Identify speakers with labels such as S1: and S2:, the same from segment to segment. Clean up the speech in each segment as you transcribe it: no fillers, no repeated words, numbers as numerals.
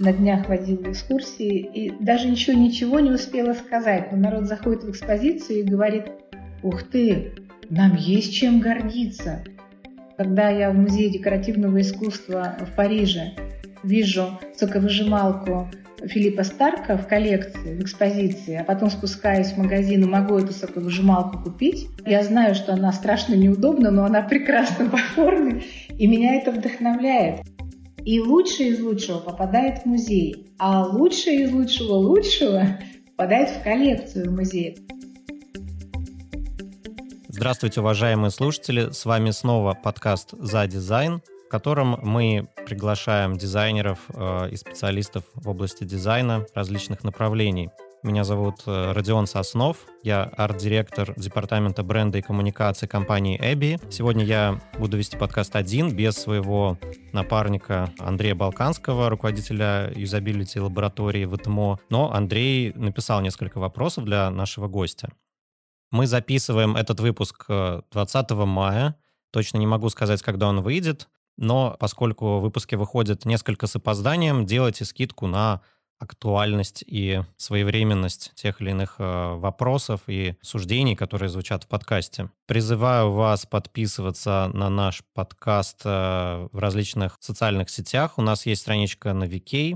S1: на днях водила экскурсии и даже ничего не успела сказать. Но народ заходит в экспозицию и говорит: ух ты, нам есть чем гордиться. Когда я в Музее декоративного искусства в Париже вижу соковыжималку Филиппа Старка в коллекции, в экспозиции, а потом спускаюсь в магазин и могу эту соковыжималку купить, я знаю, что она страшно неудобна, но она прекрасна по форме, и меня это вдохновляет. И лучшее из лучшего попадает в музей, а лучшее из лучшего попадает в коллекцию музея.
S2: Здравствуйте, уважаемые слушатели! С вами снова подкаст «За дизайн», в котором мы приглашаем дизайнеров и специалистов в области дизайна различных направлений. Меня зовут Родион Соснов, я арт-директор департамента бренда и коммуникации компании Эбби. Сегодня я буду вести подкаст один, без своего напарника Андрея Балканского, руководителя юзабилити лаборатории ВТМО. Но Андрей написал несколько вопросов для нашего гостя. Мы записываем этот выпуск 20 мая. Точно не могу сказать, когда он выйдет, но поскольку выпуски выходят несколько с опозданием, делайте скидку на актуальность и своевременность тех или иных вопросов и суждений, которые звучат в подкасте. Призываю вас подписываться на наш подкаст в различных социальных сетях. У нас есть страничка на VK,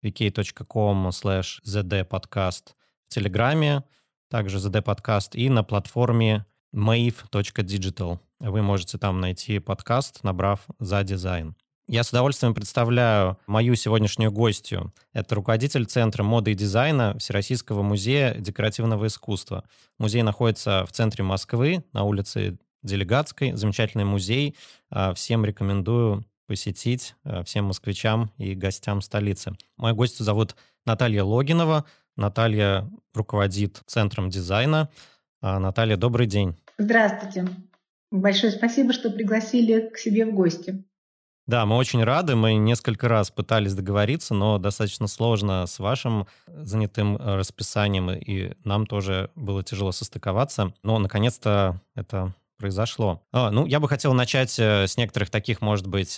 S2: vk.com/zdpodcast, в Телеграме, также ZD подкаст, и на платформе mave.digital. Вы можете там найти подкаст, набрав «За дизайн». Я с удовольствием представляю мою сегодняшнюю гостью. Это руководитель Центра моды и дизайна Всероссийского музея декоративного искусства. Музей находится в центре Москвы, на улице Делегатской. Замечательный музей. Всем рекомендую посетить, всем москвичам и гостям столицы. Мою гостью зовут Наталья Логинова. Наталья руководит Центром дизайна. Наталья, добрый день.
S1: Здравствуйте. Большое спасибо, что пригласили к себе в гости.
S2: Да, мы очень рады. Мы несколько раз пытались договориться, но достаточно сложно с вашим занятым расписанием, и нам тоже было тяжело состыковаться. Но, наконец-то, это произошло. Я бы хотел начать с некоторых таких, может быть,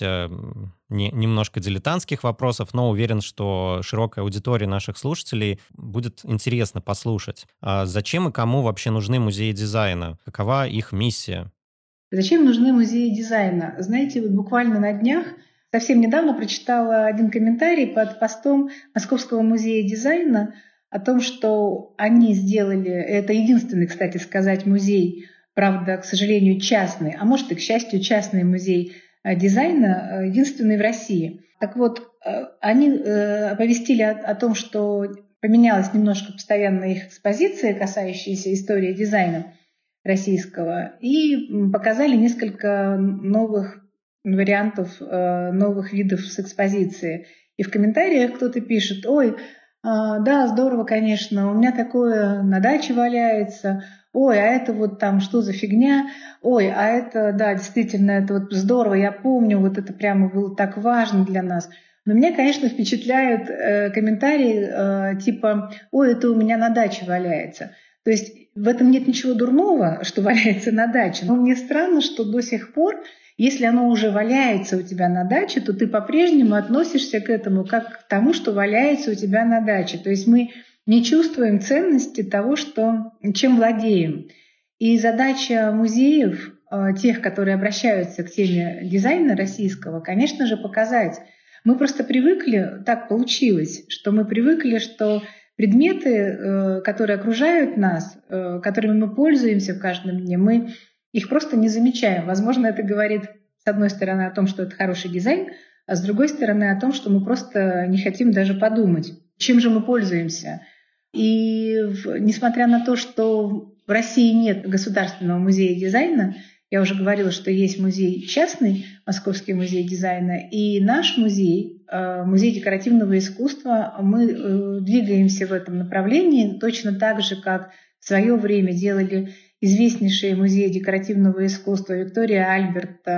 S2: немножко дилетантских вопросов, но уверен, что широкой аудитории наших слушателей будет интересно послушать. Зачем и кому вообще нужны музеи дизайна? Какова их миссия?
S1: Зачем нужны музеи дизайна? Знаете, вот буквально на днях, совсем недавно прочитала один комментарий под постом Московского музея дизайна о том, что они сделали, это единственный, кстати сказать, музей, правда, к сожалению, частный, а может и, к счастью, частный музей дизайна, единственный в России. Так вот, они оповестили о том, что поменялась немножко постоянно их экспозиция, касающаяся истории дизайна российского, и показали несколько новых вариантов, новых видов с экспозиции. И в комментариях кто-то пишет: ой, да, здорово, конечно, у меня такое на даче валяется, ой, а это вот там что за фигня, ой, а это, да, действительно, это вот здорово, я помню, вот это прямо было так важно для нас. Но меня, конечно, впечатляют комментарии типа: ой, это у меня на даче валяется. То есть в этом нет ничего дурного, что валяется на даче. Но мне странно, что до сих пор, если оно уже валяется у тебя на даче, то ты по-прежнему относишься к этому как к тому, что валяется у тебя на даче. То есть мы не чувствуем ценности того, чем владеем. И задача музеев, тех, которые обращаются к теме дизайна российского, конечно же, показать. Мы просто привыкли, так получилось, что мы привыкли, что предметы, которые окружают нас, которыми мы пользуемся в каждом дне, мы их просто не замечаем. Возможно, это говорит, с одной стороны, о том, что это хороший дизайн, а с другой стороны, о том, что мы просто не хотим даже подумать, чем же мы пользуемся. И несмотря на то, что в России нет государственного музея дизайна, я уже говорила, что есть музей частный, Московский музей дизайна, и наш музей, музей декоративного искусства, мы двигаемся в этом направлении точно так же, как в свое время делали известнейшие музеи декоративного искусства Виктория Альберт,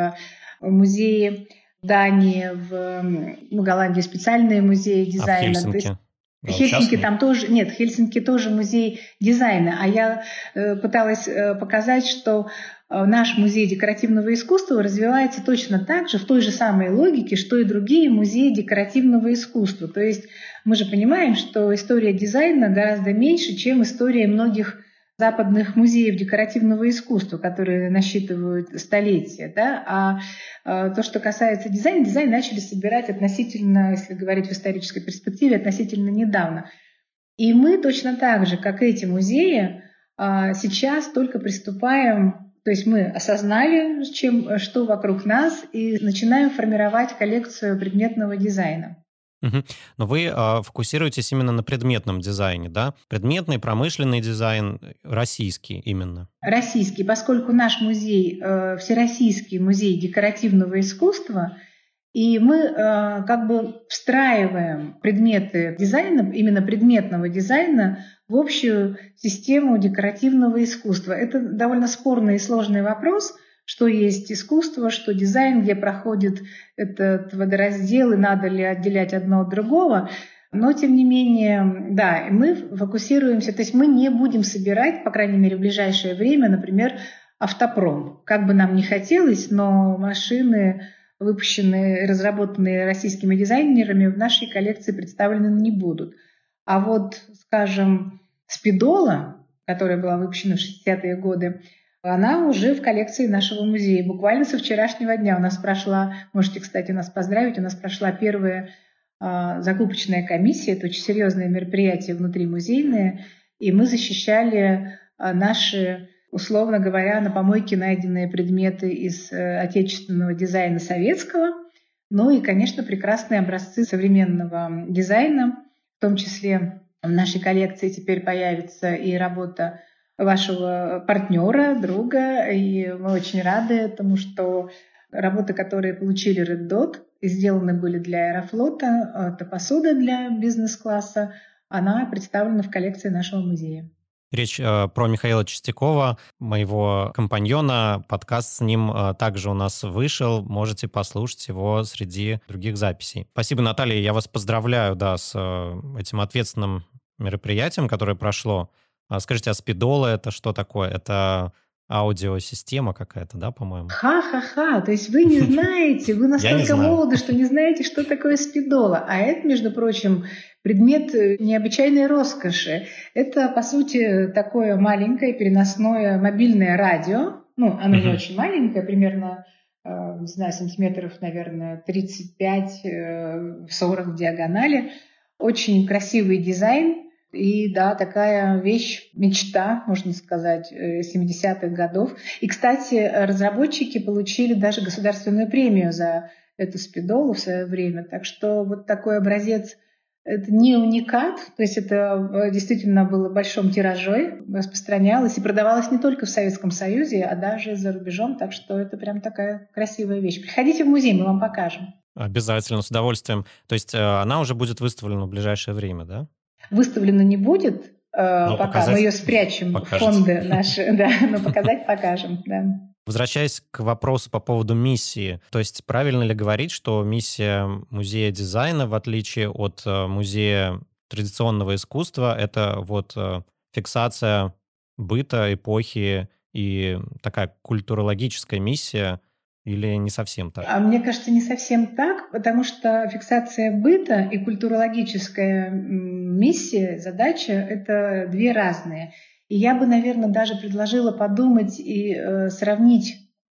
S1: музеи Дании, в Голландии специальные музеи дизайна.
S2: А в Хельсинки?
S1: Хельсинки там тоже, Хельсинки тоже музей дизайна. А я пыталась показать, что наш музей декоративного искусства развивается точно так же, в той же самой логике, что и другие музеи декоративного искусства. То есть мы же понимаем, что история дизайна гораздо меньше, чем история многих западных музеев декоративного искусства, которые насчитывают столетия. Да? То, что касается дизайна, дизайн начали собирать относительно, если говорить в исторической перспективе, относительно недавно. И мы точно так же, как эти музеи, сейчас только приступаем, то есть мы осознали, что вокруг нас, и начинаем формировать коллекцию предметного дизайна.
S2: Но вы фокусируетесь именно на предметном дизайне, да? Предметный, промышленный дизайн, российский именно.
S1: Российский, поскольку наш музей Всероссийский музей декоративного искусства, и мы как бы встраиваем предметы дизайна, именно предметного дизайна, в общую систему декоративного искусства. Это довольно спорный и сложный вопрос, что есть искусство, что дизайн, где проходит этот водораздел, и надо ли отделять одно от другого. Но, тем не менее, да, мы фокусируемся, то есть мы не будем собирать, по крайней мере, в ближайшее время, например, автопром. Как бы нам ни хотелось, но машины, выпущенные, разработанные российскими дизайнерами, в нашей коллекции представлены не будут. А вот, скажем, спидола, которая была выпущена в 60-е годы, она уже в коллекции нашего музея. Буквально со вчерашнего дня у нас прошла, можете, кстати, нас поздравить, у нас прошла первая закупочная комиссия, это очень серьезное мероприятие внутримузейное, и мы защищали наши, условно говоря, на помойке найденные предметы из отечественного дизайна советского, ну и, конечно, прекрасные образцы современного дизайна, в том числе в нашей коллекции теперь появится и работа вашего партнера, друга, и мы очень рады этому, что работы, которые получили Red Dot, и сделаны были для Аэрофлота, это посуда для бизнес-класса, она представлена в коллекции нашего музея.
S2: Речь про Михаила Чистякова, моего компаньона. Подкаст с ним также у нас вышел. Можете послушать его среди других записей. Спасибо, Наталья. Я вас поздравляю, да, с этим ответственным мероприятием, которое прошло. Скажите, а спидола — это что такое? Это аудиосистема какая-то, да, по-моему?
S1: Ха-ха-ха, то есть вы не знаете, вы настолько молоды, что не знаете, что такое спидола. А это, между прочим, предмет необычайной роскоши. Это, по сути, такое маленькое переносное мобильное радио. Ну, оно не очень маленькое, примерно, не знаю, сантиметров, наверное, 35-40 в диагонали. Очень красивый дизайн. И да, такая вещь, мечта, можно сказать, 70-х годов. И, кстати, разработчики получили даже государственную премию за эту спидолу в свое время. Так что вот такой образец, это не уникат, то есть это действительно было большим тиражом, распространялось и продавалось не только в Советском Союзе, а даже за рубежом. Так что это прям такая красивая вещь. Приходите в музей, мы вам покажем.
S2: Обязательно, с удовольствием. То есть она уже будет выставлена в ближайшее время, да?
S1: Выставлена не будет пока, мы ее спрячем в фонды наши, да, но показать покажем, да.
S2: Возвращаясь к вопросу по поводу миссии, то есть правильно ли говорить, что миссия музея дизайна, в отличие от музея традиционного искусства, это вот фиксация быта, эпохи и такая культурологическая миссия, или не совсем так?
S1: А мне кажется, не совсем так, потому что фиксация быта и культурологическая миссия, задача — это две разные. И я бы, наверное, даже предложила подумать и сравнить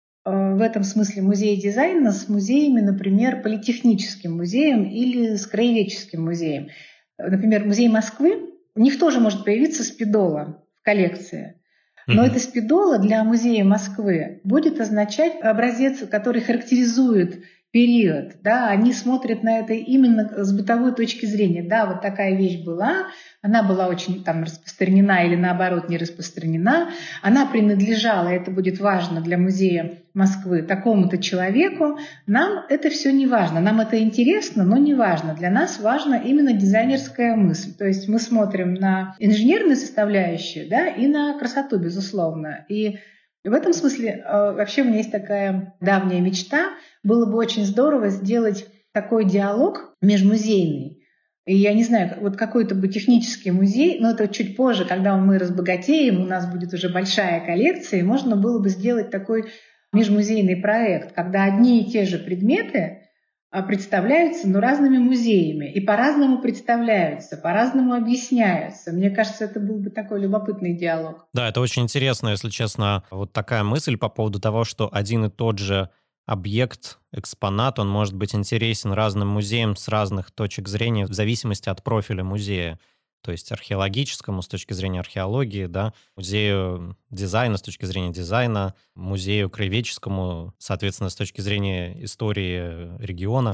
S1: в этом смысле музей дизайна с музеями, например, политехническим музеем или с краеведческим музеем. Например, музей Москвы, у них тоже может появиться спидола в коллекции. Но эта спидола для музея Москвы будет означать образец, который характеризует период. Да, они смотрят на это именно с бытовой точки зрения. Да, вот такая вещь была, она была очень там распространена или наоборот не распространена. Она принадлежала, это будет важно для музея Москвы, такому-то человеку. Нам это все не важно. Нам это интересно, но не важно. Для нас важна именно дизайнерская мысль. То есть мы смотрим на инженерную составляющую, да, и на красоту, безусловно. И в этом смысле вообще у меня есть такая давняя мечта. Было бы очень здорово сделать такой диалог межмузейный И я не знаю, вот какой-то бы технический музей, но это чуть позже, когда мы разбогатеем, у нас будет уже большая коллекция, и можно было бы сделать такой межмузейный проект, когда одни и те же предметы представляются, но разными музеями, и по-разному представляются, по-разному объясняются. Мне кажется, это был бы такой любопытный диалог.
S2: Да, это очень интересно, если честно, вот такая мысль по поводу того, что один и тот же объект, экспонат, он может быть интересен разным музеям с разных точек зрения в зависимости от профиля музея. То есть археологическому с точки зрения археологии, да, музею дизайна с точки зрения дизайна, музею краеведческому, соответственно, с точки зрения истории региона.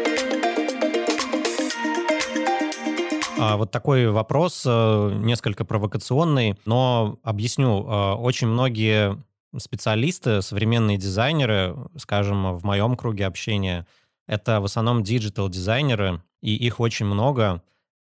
S2: Вот такой вопрос, несколько провокационный, но объясню. Очень многие специалисты, современные дизайнеры, скажем, в моем круге общения, это в основном диджитал-дизайнеры, и их очень много.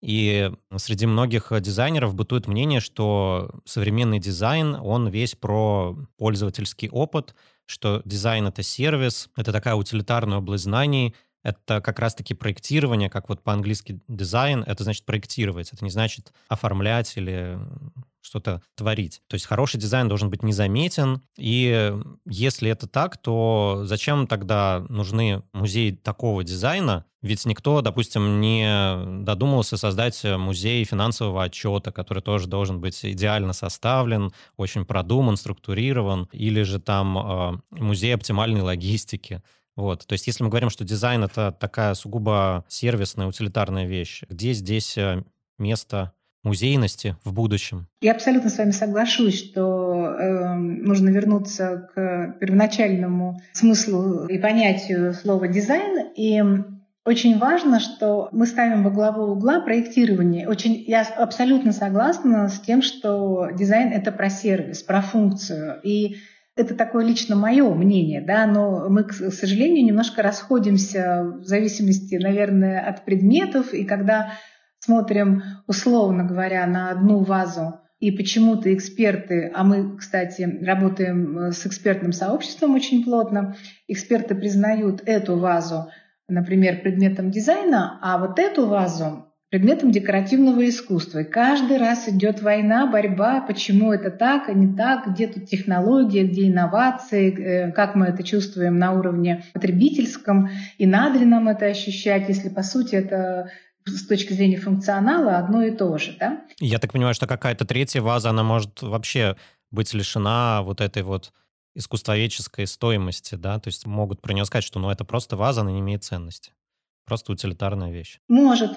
S2: И среди многих дизайнеров бытует мнение, что современный дизайн, он весь про пользовательский опыт, что дизайн — это сервис, это такая утилитарная область знаний, это как раз-таки проектирование, как вот по-английски дизайн, это значит проектировать, это не значит оформлять или что-то творить. То есть хороший дизайн должен быть незаметен, и если это так, то зачем тогда нужны музеи такого дизайна? Ведь никто, допустим, не додумался создать музей финансового отчета, который тоже должен быть идеально составлен, очень продуман, структурирован, или же там музей оптимальной логистики. Вот. То есть если мы говорим, что дизайн — это такая сугубо сервисная, утилитарная вещь, где здесь место музейности в будущем?
S1: Я абсолютно с вами соглашусь, что нужно вернуться к первоначальному смыслу и понятию слова «дизайн». И очень важно, что мы ставим во главу угла проектирование. Я абсолютно согласна с тем, что дизайн — это про сервис, про функцию. И это такое лично мое мнение, да, но мы, к сожалению, немножко расходимся в зависимости, наверное, от предметов. И когда смотрим, условно говоря, на одну вазу, и почему-то эксперты, а мы, кстати, работаем с экспертным сообществом очень плотно, эксперты признают эту вазу, например, предметом дизайна, а вот эту вазу предметом декоративного искусства. И каждый раз идет война, борьба, почему это так, а не так, где тут технология, где инновации, как мы это чувствуем на уровне потребительском, и надо ли нам это ощущать, если, по сути, это с точки зрения функционала одно и то же. Да?
S2: Я так понимаю, что какая-то третья ваза, она может вообще быть лишена вот этой вот искусствоведческой стоимости, да, то есть могут про нее сказать, что это просто ваза, она не имеет ценности. Просто утилитарная вещь.
S1: Может.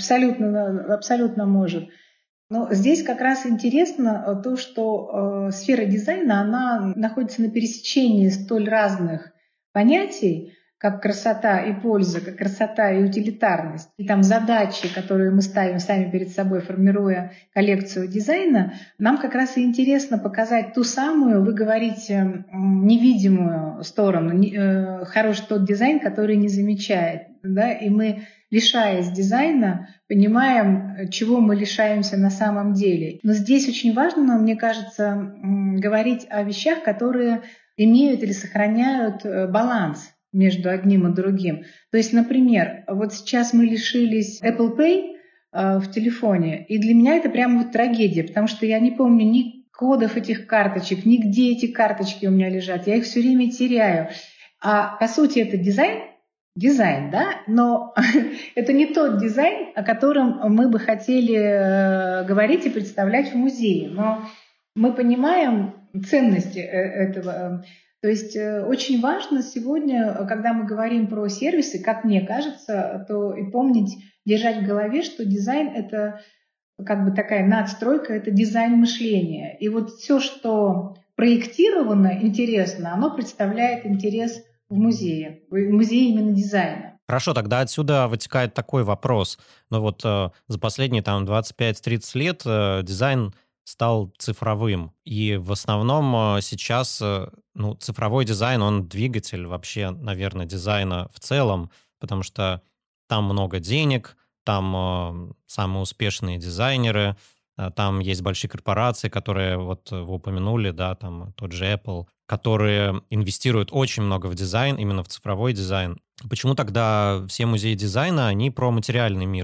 S1: Абсолютно может. Но здесь как раз интересно то, что сфера дизайна, она находится на пересечении столь разных понятий, как красота и польза, как красота и утилитарность. И там задачи, которые мы ставим сами перед собой, формируя коллекцию дизайна, нам как раз и интересно показать ту самую, вы говорите, невидимую сторону. Хорош тот дизайн, который не замечает. Да? И мы, лишаясь дизайна, понимаем, чего мы лишаемся на самом деле. Но здесь очень важно, мне кажется, говорить о вещах, которые имеют или сохраняют баланс между одним и другим. То есть, например, вот сейчас мы лишились Apple Pay в телефоне, и для меня это прямо вот трагедия, потому что я не помню ни кодов этих карточек, ни где эти карточки у меня лежат, я их все время теряю. А по сути это дизайн, да, но это не тот дизайн, о котором мы бы хотели говорить и представлять в музее. Но мы понимаем ценности этого. То есть очень важно сегодня, когда мы говорим про сервисы, как мне кажется, то и помнить, держать в голове, что дизайн — это как бы такая надстройка, это дизайн мышления. И вот все, что проектировано интересно, оно представляет интерес в музее именно дизайна.
S2: Хорошо, тогда отсюда вытекает такой вопрос. Вот за последние 25-30 лет дизайн стал цифровым. И в основном сейчас цифровой дизайн, он двигатель вообще, наверное, дизайна в целом, потому что там много денег, там самые успешные дизайнеры, там есть большие корпорации, которые, вот вы упомянули, да, там тот же Apple, которые инвестируют очень много в дизайн, именно в цифровой дизайн. Почему тогда все музеи дизайна, они про материальный мир?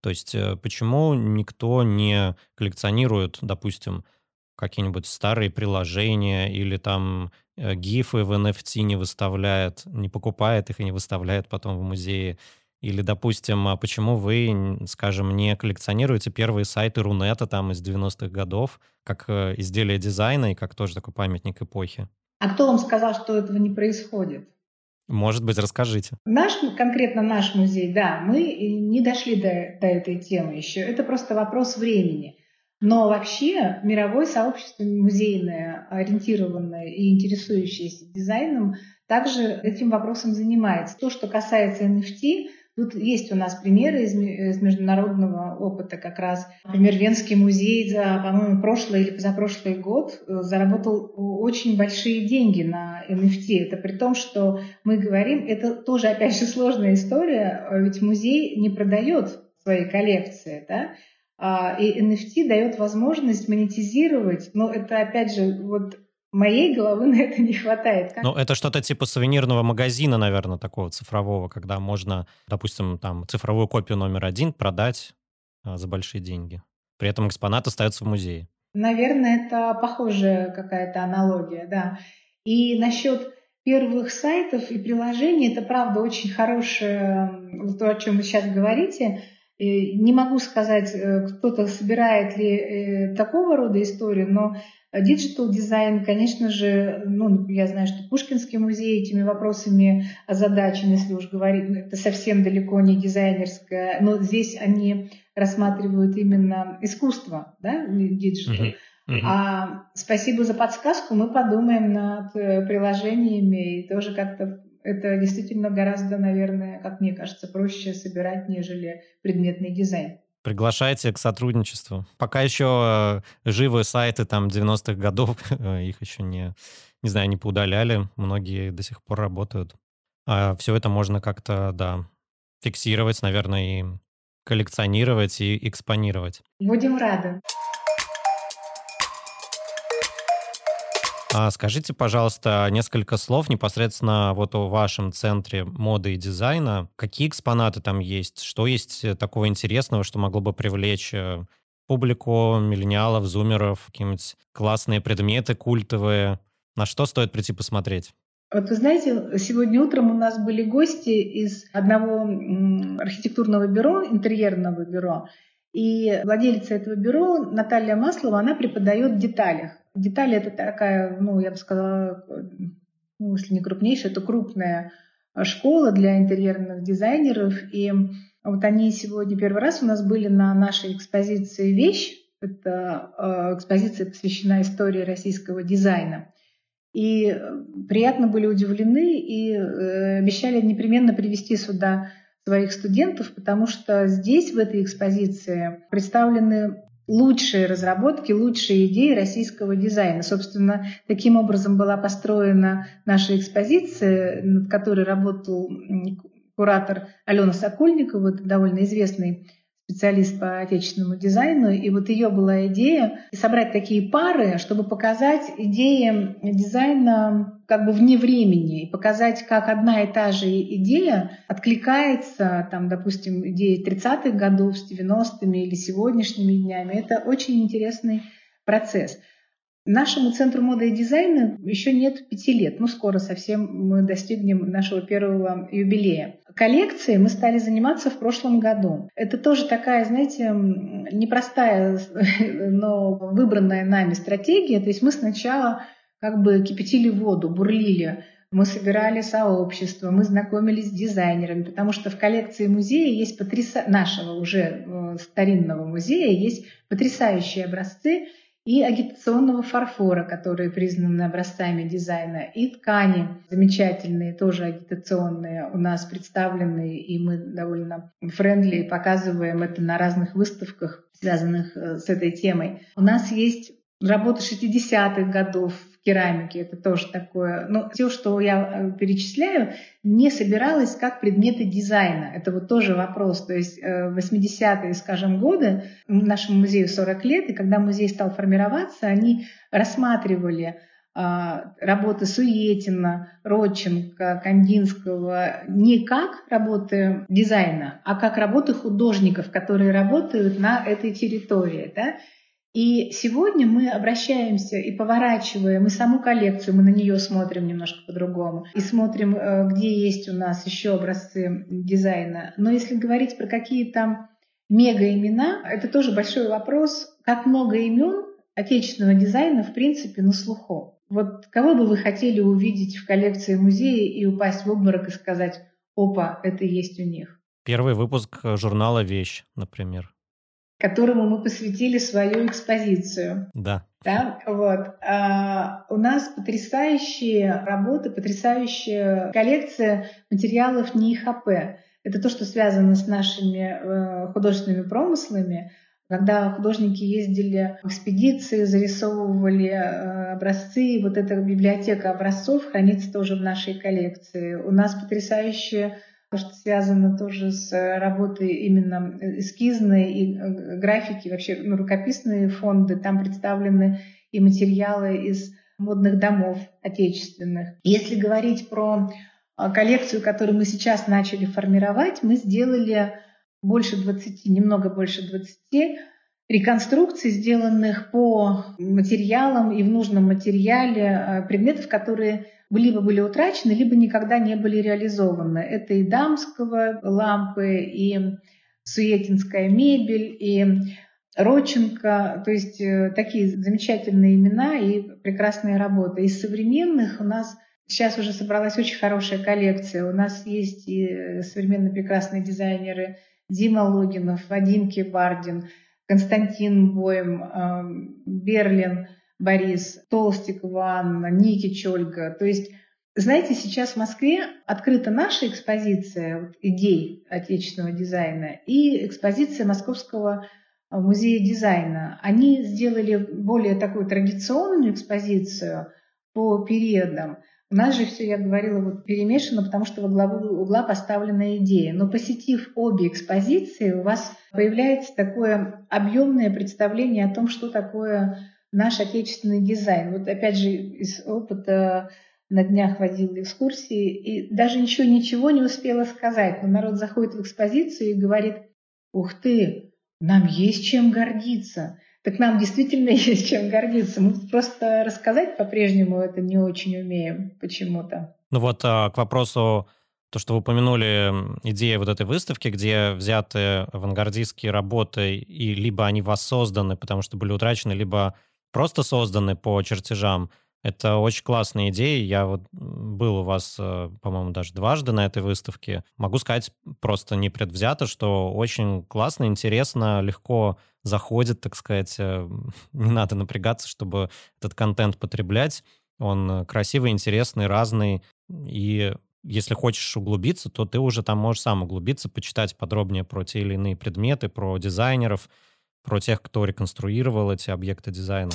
S2: То есть почему никто не коллекционирует, допустим, какие-нибудь старые приложения или там гифы в NFT не выставляет, не покупает их и не выставляет потом в музее? Или, допустим, а почему вы, скажем, не коллекционируете первые сайты Рунета там из 90-х годов, как изделие дизайна и как тоже такой памятник эпохи?
S1: А кто вам сказал, что этого не происходит?
S2: Может быть, расскажите.
S1: Конкретно наш музей, да, мы не дошли до этой темы еще. Это просто вопрос времени. Но вообще мировое сообщество музейное, ориентированное и интересующеееся дизайном, также этим вопросом занимается. То, что касается NFT, тут есть у нас примеры из международного опыта как раз. Например, Венский музей за, по-моему, прошлый или позапрошлый год заработал очень большие деньги на NFT. Это при том, что мы говорим, это тоже, опять же, сложная история, ведь музей не продает свои коллекции, да? И NFT дает возможность монетизировать, но это, опять же, вот моей головы на это не хватает.
S2: Ну, это что-то типа сувенирного магазина, наверное, такого цифрового, когда можно, допустим, там цифровую копию номер 1 продать за большие деньги. При этом экспонат остается в музее.
S1: Наверное, это похожая какая-то аналогия, да. И насчет первых сайтов и приложений, это правда очень хорошее, то, о чем вы сейчас говорите. Не могу сказать, кто-то собирает ли такого рода историю, но диджитал дизайн, конечно же, ну, я знаю, что Пушкинский музей этими вопросами озадачен, если уж говорить, это совсем далеко не дизайнерское, но здесь они рассматривают именно искусство, да, диджитал. А спасибо за подсказку, мы подумаем над приложениями и тоже как-то это действительно гораздо, наверное, как мне кажется, проще собирать, нежели предметный дизайн.
S2: Приглашайте к сотрудничеству. Пока еще живы сайты там 90-х годов, их еще не знаю, не поудаляли, многие до сих пор работают. А все это можно как-то, да, фиксировать, наверное, и коллекционировать и экспонировать.
S1: Будем рады.
S2: Скажите, пожалуйста, несколько слов непосредственно вот о вашем центре моды и дизайна. Какие экспонаты там есть? Что есть такого интересного, что могло бы привлечь публику, миллениалов, зумеров, какие-нибудь классные предметы культовые? На что стоит прийти посмотреть?
S1: Вот вы знаете, сегодня утром у нас были гости из одного архитектурного бюро, интерьерного бюро, и владелица этого бюро, Наталья Маслова, она преподает в деталях. Детали — это такая, ну, я бы сказала, ну, если не крупнейшая, то крупная школа для интерьерных дизайнеров. И вот они сегодня первый раз у нас были на нашей экспозиции «Вещь». Это экспозиция посвящена истории российского дизайна. И приятно были удивлены и обещали непременно привести сюда своих студентов, потому что здесь, в этой экспозиции, представлены лучшие разработки, лучшие идеи российского дизайна. Собственно, таким образом была построена наша экспозиция, над которой работал куратор Алена Сокольникова, довольно известный специалист по отечественному дизайну. И вот ее была идея собрать такие пары, чтобы показать идеи дизайна как бы вне времени и показать, как одна и та же идея откликается, там, допустим, идеи 30-х годов с 90-ми или сегодняшними днями. Это очень интересный процесс. Нашему центру моды и дизайна еще нет 5 лет. Ну, скоро совсем мы достигнем нашего первого юбилея. Коллекцией мы стали заниматься в прошлом году. Это тоже такая, знаете, непростая, но выбранная нами стратегия. То есть мы сначала как бы кипятили воду, бурлили. Мы собирали сообщество, мы знакомились с дизайнерами, потому что в коллекции музея есть нашего уже старинного музея есть потрясающие образцы и агитационного фарфора, которые признаны образцами дизайна, и ткани замечательные, тоже агитационные, у нас представлены, и мы довольно френдли показываем это на разных выставках, связанных с этой темой. У нас есть работы 60-х годов в керамике, это тоже такое. Но все, что я перечисляю, не собиралось как предметы дизайна. Это вот тоже вопрос. То есть 80-е, скажем, годы, нашему музею 40 лет, и когда музей стал формироваться, они рассматривали работы Суетина, Родченко, Кандинского не как работы дизайна, а как работы художников, которые работают на этой территории. Да? И сегодня мы обращаемся и поворачиваем и саму коллекцию, мы на нее смотрим немножко по-другому, и смотрим, где есть у нас еще образцы дизайна. Но если говорить про какие-то мега-имена, это тоже большой вопрос, как много имен отечественного дизайна в принципе на слуху. Вот кого бы вы хотели увидеть в коллекции музея и упасть в обморок и сказать: опа, это есть у них?
S2: Первый выпуск журнала «Вещь», например.
S1: Которому мы посвятили свою экспозицию.
S2: Да.
S1: Да, вот. У нас потрясающие работы, потрясающая коллекция материалов НИИХП. Это то, что связано с нашими художественными промыслами. Когда художники ездили в экспедиции, зарисовывали образцы, вот эта библиотека образцов хранится тоже в нашей коллекции. У нас потрясающие, то, что связано тоже с работой именно эскизной и графики, вообще рукописные фонды. Там представлены и материалы из модных домов отечественных. Если говорить про коллекцию, которую мы сейчас начали формировать, мы сделали больше 20, немного больше 20 реконструкций, сделанных по материалам и в нужном материале предметов, которые либо были утрачены, либо никогда не были реализованы. Это и Дамского лампы, и Суетинская мебель, и Родченко, то есть такие замечательные имена и прекрасные работы. Из современных у нас сейчас уже собралась очень хорошая коллекция. У нас есть и современные прекрасные дизайнеры Дима Логинов, Вадим Кибардин, Константин Бойм, Берлин Борис, Толстик Иван, Никич Ольга. То есть, знаете, сейчас в Москве открыта наша экспозиция идей отечественного дизайна и экспозиция Московского музея дизайна. Они сделали более такую традиционную экспозицию по периодам. У нас же все, я говорила, вот перемешано, потому что во главу угла поставлена идея. Но посетив обе экспозиции, у вас появляется такое объемное представление о том, что такое наш отечественный дизайн. Вот опять же из опыта на днях водила экскурсии и даже ничего не успела сказать. Но народ заходит в экспозицию и говорит: ух ты, нам есть чем гордиться. Так нам действительно есть чем гордиться. Мы просто рассказать по-прежнему это не очень умеем почему-то.
S2: Ну вот к вопросу, то, что вы упомянули, идея вот этой выставки, где взяты авангардистские работы, и либо они воссозданы, потому что были утрачены, либо просто созданы по чертежам. Это очень классная идея. Я вот был у вас, по-моему, даже дважды на этой выставке. Могу сказать просто непредвзято, что очень классно, интересно, легко заходит, так сказать. Не надо напрягаться, чтобы этот контент потреблять. Он красивый, интересный, разный. И если хочешь углубиться, то ты уже там можешь сам углубиться, почитать подробнее про те или иные предметы, про дизайнеров, про тех, кто реконструировал эти объекты дизайна.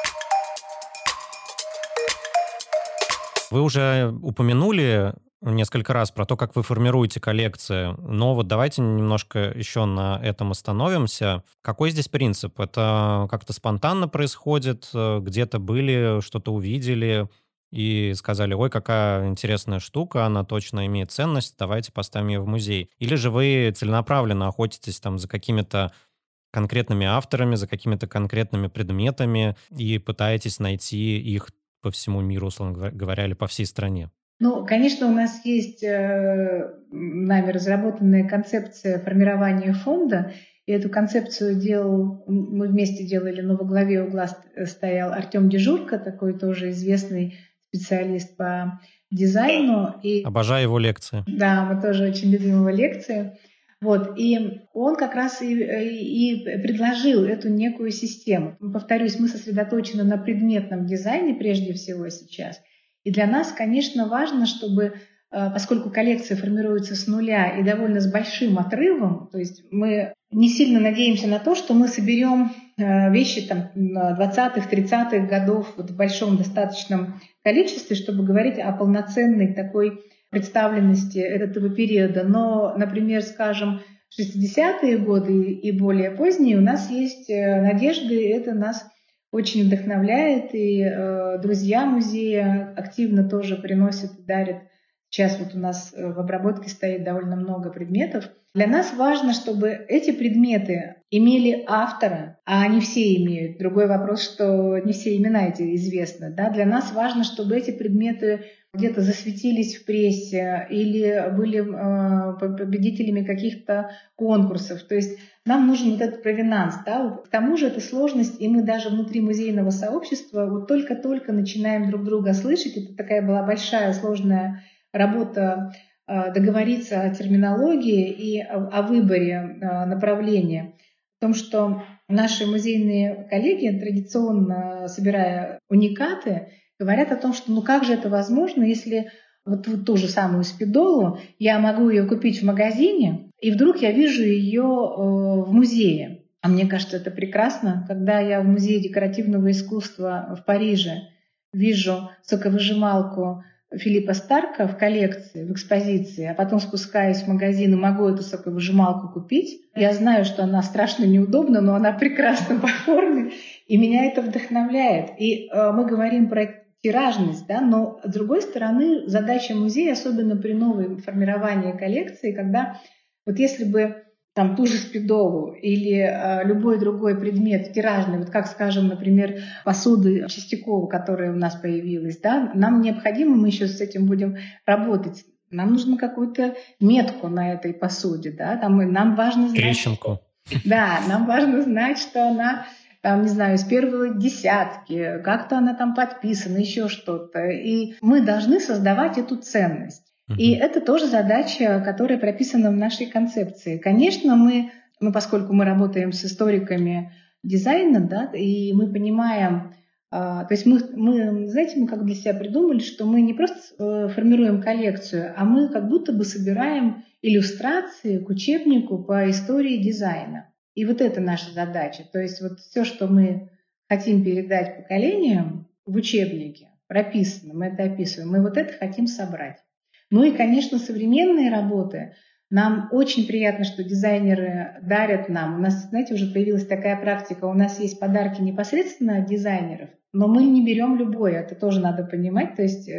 S2: Вы уже упомянули несколько раз про то, как вы формируете коллекции, но вот давайте немножко еще на этом остановимся. Какой здесь принцип? Это как-то спонтанно происходит? Где-то были, что-то увидели и сказали: ой, какая интересная штука, она точно имеет ценность, давайте поставим ее в музей? Или же вы целенаправленно охотитесь там за какими-то конкретными авторами, за какими-то конкретными предметами и пытаетесь найти их по всему миру, условно говоря, или по всей стране?
S1: Ну, конечно, у нас есть нами разработанная концепция формирования фонда, и эту концепцию мы вместе делали, но во главе угла стоял Артем Дежурко, такой тоже известный специалист по дизайну.
S2: Обожаю его лекции.
S1: Да, мы тоже очень любим его лекции. Вот, и он как раз и предложил эту некую систему. Повторюсь, мы сосредоточены на предметном дизайне прежде всего сейчас. И для нас, конечно, важно, чтобы, поскольку коллекция формируется с нуля и довольно с большим отрывом, то есть мы не сильно надеемся на то, что мы соберем вещи там 20-х, 30-х годов вот в большом достаточном количестве, чтобы говорить о полноценной такой представленности этого периода. Но, например, скажем, 60-е годы и более поздние у нас есть надежды это нас очень вдохновляет, и друзья музея активно тоже приносят и дарят. Сейчас вот у нас в обработке стоит довольно много предметов. Для нас важно, чтобы эти предметы имели автора, а не все имеют. Другой вопрос, что не все имена эти известны. Да? Для нас важно, чтобы эти предметы где-то засветились в прессе или были победителями каких-то конкурсов. То есть нам нужен вот этот провинанс. Да? К тому же это сложность, и мы даже внутри музейного сообщества вот только-только начинаем друг друга слышать. Это такая была большая, сложная работа договориться о терминологии и о выборе направления. В том, что наши музейные коллеги, традиционно собирая уникаты, говорят о том, что ну как же это возможно, если вот ту же самую спидолу я могу ее купить в магазине, и вдруг я вижу ее в музее. А мне кажется, это прекрасно, когда я в Музее декоративного искусства в Париже вижу соковыжималку Филиппа Старка в коллекции, в экспозиции, а потом спускаюсь в магазин и могу эту соковыжималку купить. Я знаю, что она страшно неудобна, но она прекрасна по форме, и меня это вдохновляет. И мы говорим про тиражность, да, но с другой стороны задача музея, особенно при новом формировании коллекции, когда вот если бы там ту же спидолу или любой другой предмет тиражный, вот как, скажем, например, посуды Чистякова, которая у нас появилась, да, нам необходимо, мы еще с этим будем работать, нам нужно какую-то метку на этой посуде, да, там, нам важно знать...
S2: Трещинку.
S1: Да, нам важно знать, что она, там, не знаю, из первой десятки, как-то она там подписана, еще что-то. И мы должны создавать эту ценность. И это тоже задача, которая прописана в нашей концепции. Конечно, мы, поскольку мы работаем с историками дизайна, да, и мы понимаем, то есть мы, знаете, мы как для себя придумали, что мы не просто формируем коллекцию, а мы как будто бы собираем иллюстрации к учебнику по истории дизайна. И вот это наша задача. То есть вот все, что мы хотим передать поколениям в учебнике, прописано, мы это описываем, мы вот это хотим собрать. Ну и, конечно, современные работы. Нам очень приятно, что дизайнеры дарят нам. У нас, знаете, уже появилась такая практика. У нас есть подарки непосредственно от дизайнеров, но мы не берем любое. Это тоже надо понимать. То есть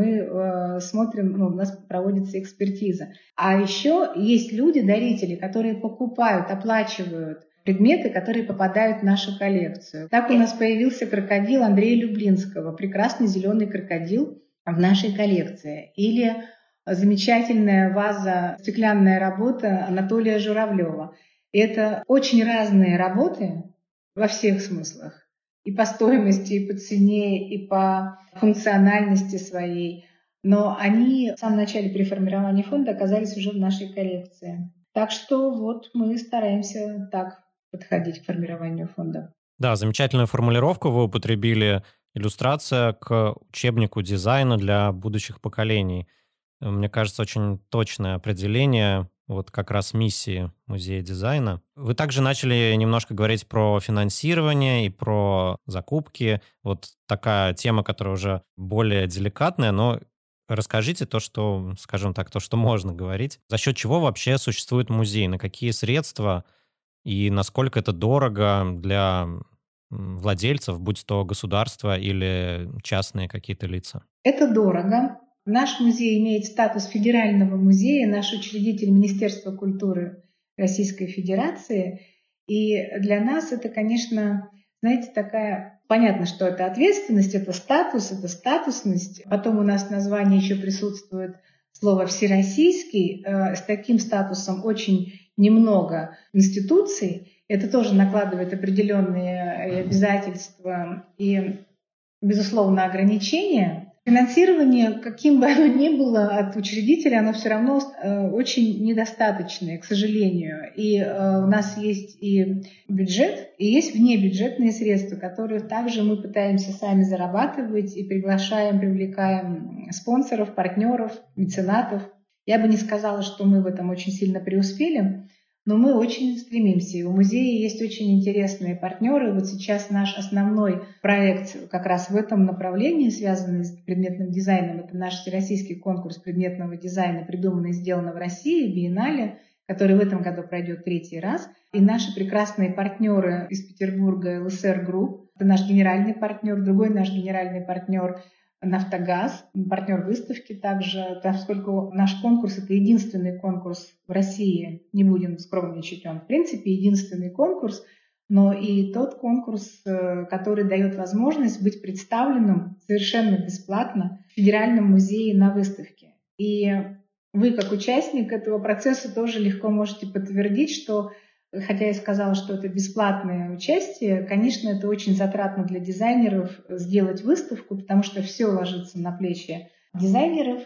S1: мы смотрим, у нас проводится экспертиза. А еще есть люди, дарители, которые покупают, оплачивают предметы, которые попадают в нашу коллекцию. Так у нас появился крокодил Андрея Люблинского, прекрасный зеленый крокодил в нашей коллекции. Или замечательная ваза, стеклянная работа Анатолия Журавлева. Это очень разные работы во всех смыслах. И по стоимости, и по цене, и по функциональности своей. Но они в самом начале при формировании фонда оказались уже в нашей коллекции. Так что вот мы стараемся так подходить к формированию фонда.
S2: Да, замечательную формулировку вы употребили. Иллюстрация к учебнику дизайна для будущих поколений. Мне кажется, очень точное определение вот как раз миссии Музея дизайна. Вы также начали немножко говорить про финансирование и про закупки. Вот такая тема, которая уже более деликатная, но расскажите то, что, скажем так, то, что можно говорить. За счет чего вообще существует музей? На какие средства и насколько это дорого для владельцев, будь то государство или частные какие-то лица?
S1: Это дорого. Наш музей имеет статус федерального музея, наш учредитель Министерство культуры Российской Федерации. И для нас это, конечно, знаете, такая... Понятно, что это ответственность, это статусность. Потом у нас в названии еще присутствует слово «всероссийский». С таким статусом очень немного институций. Это тоже накладывает определенные обязательства и, безусловно, ограничения. Финансирование, каким бы оно ни было от учредителя, оно все равно очень недостаточное, к сожалению. И у нас есть и бюджет, и есть внебюджетные средства, которые также мы пытаемся сами зарабатывать и привлекаем спонсоров, партнеров, меценатов. Я бы не сказала, что мы в этом очень сильно преуспели, но мы очень стремимся. И у музея есть очень интересные партнеры. Вот сейчас наш основной проект как раз в этом направлении, связанный с предметным дизайном, это наш всероссийский конкурс предметного дизайна, придуманный и сделано в России, Биеннале, который в этом году пройдет 3-й раз. И наши прекрасные партнеры из Петербурга, ЛСР Групп, это наш генеральный партнер, другой наш генеральный партнер «Нафтогаз», партнер выставки также, поскольку наш конкурс – это единственный конкурс в России, не будем скромничать, он в принципе единственный конкурс, но и тот конкурс, который дает возможность быть представленным совершенно бесплатно в Федеральном музее на выставке. И вы, как участник этого процесса, тоже легко можете подтвердить, что, хотя я сказала, что это бесплатное участие, конечно, это очень затратно для дизайнеров сделать выставку, потому что все ложится на плечи дизайнеров,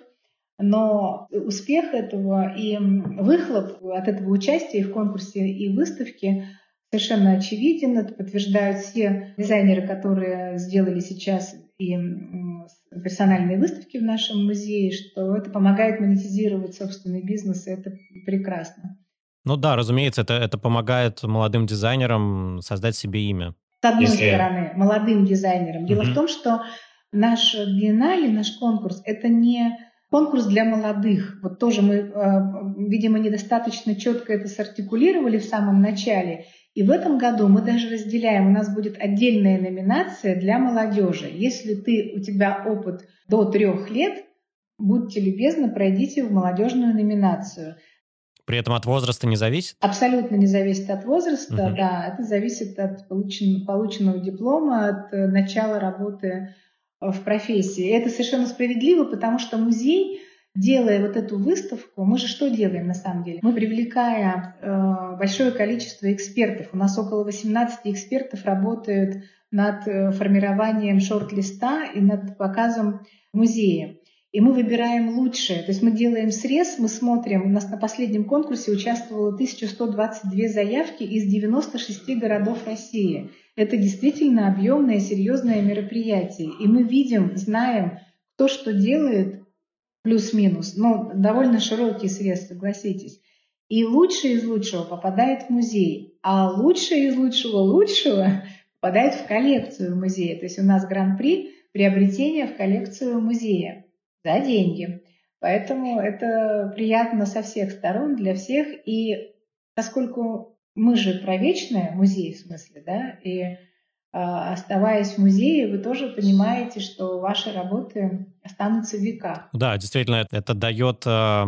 S1: но успех этого и выхлоп от этого участия и в конкурсе, и в выставке совершенно очевиден. Это подтверждают все дизайнеры, которые сделали сейчас и персональные выставки в нашем музее, что это помогает монетизировать собственный бизнес, и это прекрасно.
S2: Ну да, разумеется, это помогает молодым дизайнерам создать себе имя.
S1: С одной стороны, молодым дизайнерам. Дело в том, что наш биеннале, наш конкурс, это не конкурс для молодых. Вот тоже мы, видимо, недостаточно четко это сартикулировали в самом начале. И в этом году мы даже разделяем, у нас будет отдельная номинация для молодежи. Если у тебя опыт до 3 лет, будьте любезны, пройдите в молодежную номинацию.
S2: При этом от возраста не зависит?
S1: Абсолютно не зависит от возраста, да. Это зависит от полученного диплома, от начала работы в профессии. И это совершенно справедливо, потому что музей, делая вот эту выставку, мы же что делаем на самом деле? Мы, привлекая большое количество экспертов, у нас около 18 экспертов работают над формированием шорт-листа и над показом музея. И мы выбираем лучшее. То есть мы делаем срез, мы смотрим, у нас на последнем конкурсе участвовало 1122 заявки из 96 городов России. Это действительно объемное, серьезное мероприятие. И мы видим, знаем, кто что делает, плюс-минус, но довольно широкий срез, согласитесь. И лучшее из лучшего попадает в музей, а лучшее из лучшего попадает в коллекцию музея. То есть у нас гран-при приобретения в коллекцию музея за деньги. Поэтому это приятно со всех сторон, для всех. И поскольку мы же про вечное, музей в смысле, да, и оставаясь в музее, вы тоже понимаете, что ваши работы останутся в веках.
S2: Да, действительно, это дает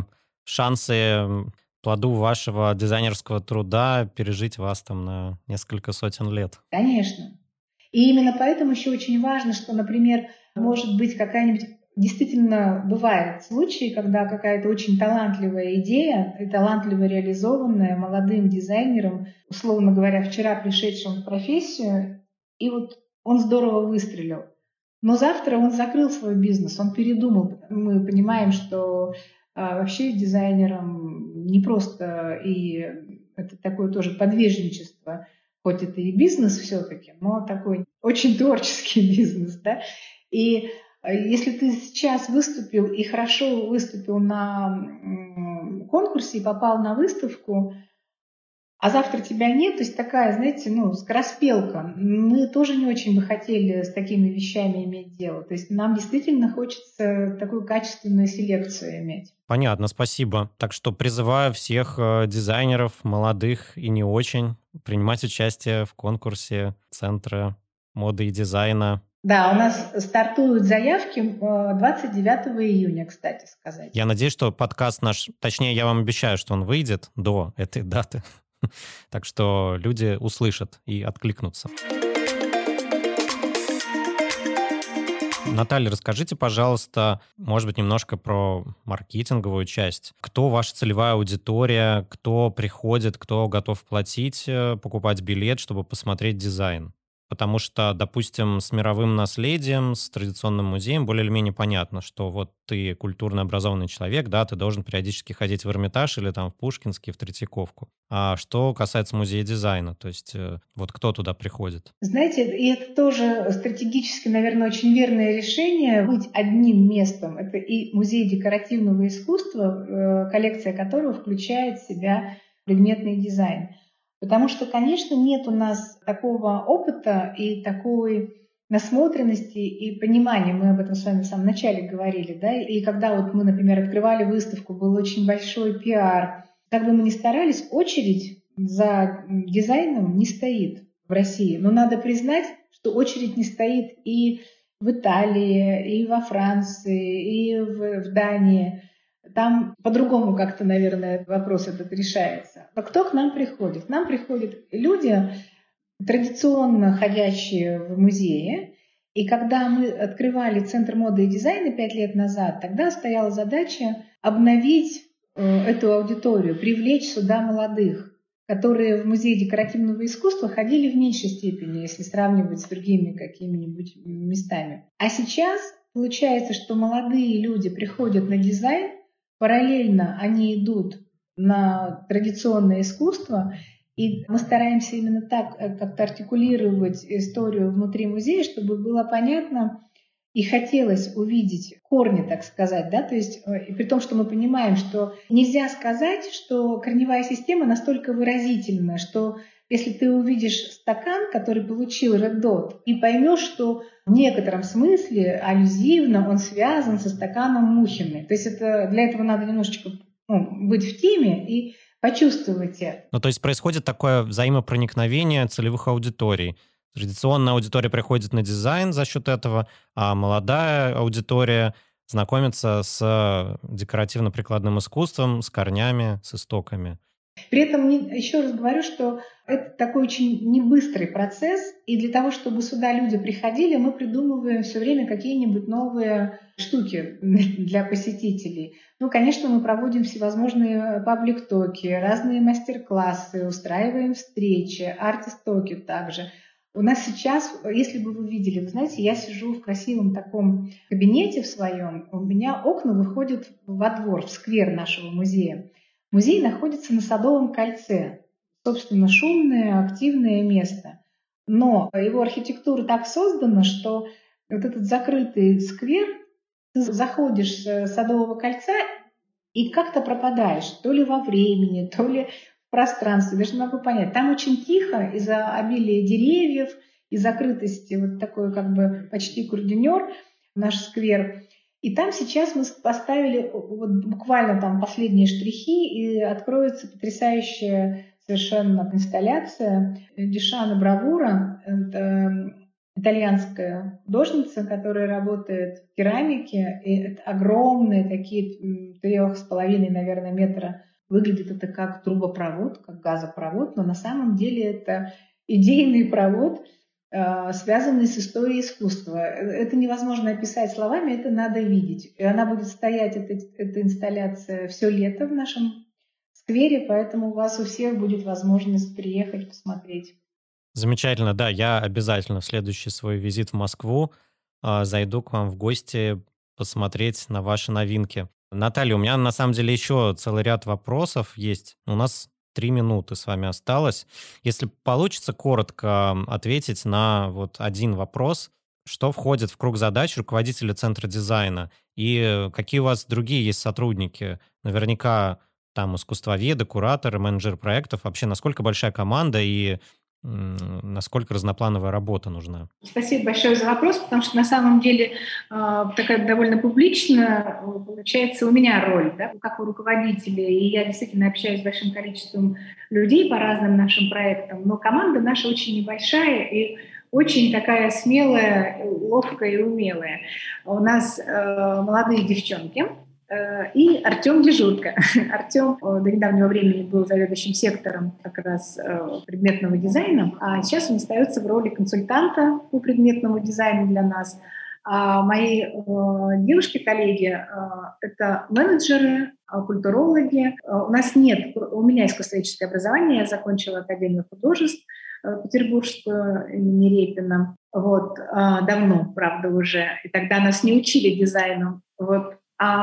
S2: шансы плоду вашего дизайнерского труда пережить вас там на несколько сотен лет.
S1: Конечно. И именно поэтому еще очень важно, что, например, может быть какая-нибудь... Действительно, бывают случаи, когда какая-то очень талантливая идея, и талантливо реализованная молодым дизайнером, условно говоря, вчера пришедшим в профессию, и вот он здорово выстрелил. Но завтра он закрыл свой бизнес, он передумал. Мы понимаем, что вообще дизайнерам не просто, и это такое тоже подвижничество, хоть это и бизнес все-таки, но такой очень творческий бизнес, да, и если ты сейчас выступил и хорошо выступил на конкурсе и попал на выставку, а завтра тебя нет, то есть такая, знаете, скороспелка. Мы тоже не очень бы хотели с такими вещами иметь дело. То есть нам действительно хочется такую качественную селекцию иметь.
S2: Понятно, спасибо. Так что призываю всех дизайнеров, молодых и не очень, принимать участие в конкурсе Центра моды и дизайна.
S1: Да, у нас стартуют заявки 29 июня, кстати сказать.
S2: Я надеюсь, что подкаст наш, точнее, я вам обещаю, что он выйдет до этой даты. Так что люди услышат и откликнутся. Наталья, расскажите, пожалуйста, может быть, немножко про маркетинговую часть. Кто ваша целевая аудитория, кто приходит, кто готов платить, покупать билет, чтобы посмотреть дизайн? Потому что, допустим, с мировым наследием, с традиционным музеем более или менее понятно, что вот ты культурно образованный человек, да, ты должен периодически ходить в Эрмитаж или там в Пушкинский, в Третьяковку. А что касается музея дизайна, то есть вот кто туда приходит?
S1: Знаете, и это тоже стратегически, наверное, очень верное решение быть одним местом. Это и музей декоративного искусства, коллекция которого включает в себя предметный дизайн. Потому что, конечно, нет у нас такого опыта и такой насмотренности и понимания. Мы об этом с вами в самом начале говорили, да. И когда вот мы, например, открывали выставку, был очень большой пиар. Как бы мы ни старались, очередь за дизайном не стоит в в России. Но надо признать, что очередь не стоит и в Италии, и во Франции, и в Дании. Там по-другому как-то, наверное, вопрос этот решается. Но кто к нам приходит? К нам приходят люди, традиционно ходящие в музее. И когда мы открывали Центр моды и дизайна 5 лет назад, тогда стояла задача обновить эту аудиторию, привлечь сюда молодых, которые в музей декоративного искусства ходили в меньшей степени, если сравнивать с другими какими-нибудь местами. А сейчас получается, что молодые люди приходят на дизайн, параллельно они идут на традиционное искусство, и мы стараемся именно так как-то артикулировать историю внутри музея, чтобы было понятно и хотелось увидеть корни, так сказать, да, то есть, и при том, что мы понимаем, что нельзя сказать, что корневая система настолько выразительна, что если ты увидишь стакан, который получил Red Dot, и поймешь, что в некотором смысле аллюзивно он связан со стаканом Мухиной. То есть для этого надо немножечко быть в теме и почувствовать это.
S2: Ну, то есть происходит такое взаимопроникновение целевых аудиторий. Традиционная аудитория приходит на дизайн за счет этого, а молодая аудитория знакомится с декоративно-прикладным искусством, с корнями, с истоками.
S1: При этом еще раз говорю, что это такой очень небыстрый процесс, и для того, чтобы сюда люди приходили, мы придумываем все время какие-нибудь новые штуки для посетителей. Ну, конечно, мы проводим всевозможные паблик-токи, разные мастер-классы, устраиваем встречи, артистоки также. У нас сейчас, если бы вы видели, вы знаете, я сижу в красивом таком кабинете в своем, у меня окна выходят во двор, в сквер нашего музея. Музей находится на Садовом кольце, собственно, шумное, активное место. Но его архитектура так создана, что вот этот закрытый сквер, ты заходишь с Садового кольца и как-то пропадаешь, то ли во времени, то ли в пространстве, даже не могу понять. Там очень тихо из-за обилия деревьев и закрытости, вот такой как бы почти курдюнер наш сквер. И там сейчас мы поставили вот буквально там последние штрихи, и откроется потрясающая совершенно инсталляция Дюшана Бравура. Это итальянская художница, которая работает в керамике. И это огромные такие 3,5, наверное, метра. Выглядит это как трубопровод, как газопровод, но на самом деле это идейный провод, связанный с историей искусства. Это невозможно описать словами, это надо видеть. И она будет стоять, эта инсталляция, все лето в нашем сквере, поэтому у вас у всех будет возможность приехать, посмотреть.
S2: Замечательно, да, я обязательно в следующий свой визит в Москву зайду к вам в гости посмотреть на ваши новинки. Наталья, у меня на самом деле еще целый ряд вопросов есть. У нас 3 минуты с вами осталось. Если получится коротко ответить на вот один вопрос, что входит в круг задач руководителя Центра дизайна и какие у вас другие есть сотрудники? Наверняка там искусствоведы, кураторы, менеджеры проектов. Вообще, насколько большая команда и насколько разноплановая работа нужна?
S1: Спасибо большое за вопрос, потому что на самом деле такая довольно публичная получается у меня роль, да, как у руководителя, и я действительно общаюсь с большим количеством людей по разным нашим проектам, но команда наша очень небольшая и очень такая смелая, ловкая и умелая. У нас молодые девчонки, и Артем Дежурко. Артем до недавнего времени был заведующим сектором как раз предметного дизайна, а сейчас он остается в роли консультанта по предметному дизайну для нас. А мои девушки-коллеги — это менеджеры, культурологи. У меня искусствоведческое образование, я закончила Академию художеств Петербургскую имени Репина. Вот, давно, правда, уже. И тогда нас не учили дизайну. Вот.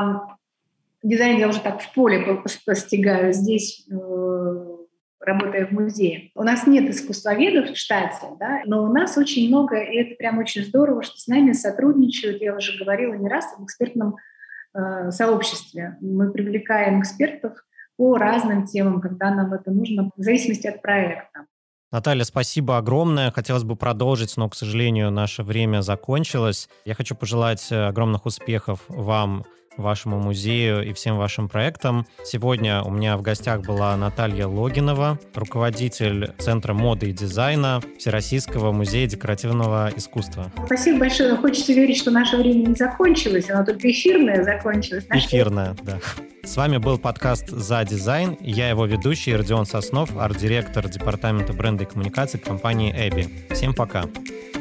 S1: Дизайн я уже так в поле постигаю, здесь работая в музее. У нас нет искусствоведов в штате, да, но у нас очень много, и это прям очень здорово, что с нами сотрудничают, я уже говорила не раз, в экспертном сообществе. Мы привлекаем экспертов по разным темам, когда нам это нужно, в зависимости от проекта.
S2: Наталья, спасибо огромное. Хотелось бы продолжить, но, к сожалению, наше время закончилось. Я хочу пожелать огромных успехов вам вашему музею и всем вашим проектам. Сегодня у меня в гостях была Наталья Логинова, руководитель Центра моды и дизайна Всероссийского музея декоративного искусства.
S1: Спасибо большое. Хочется верить, что наше время не закончилось, оно только эфирное закончилось.
S2: Эфирное, да. С вами был подкаст «За дизайн». Я его ведущий Родион Соснов, арт-директор департамента бренда и коммуникации компании Эбби. Всем пока.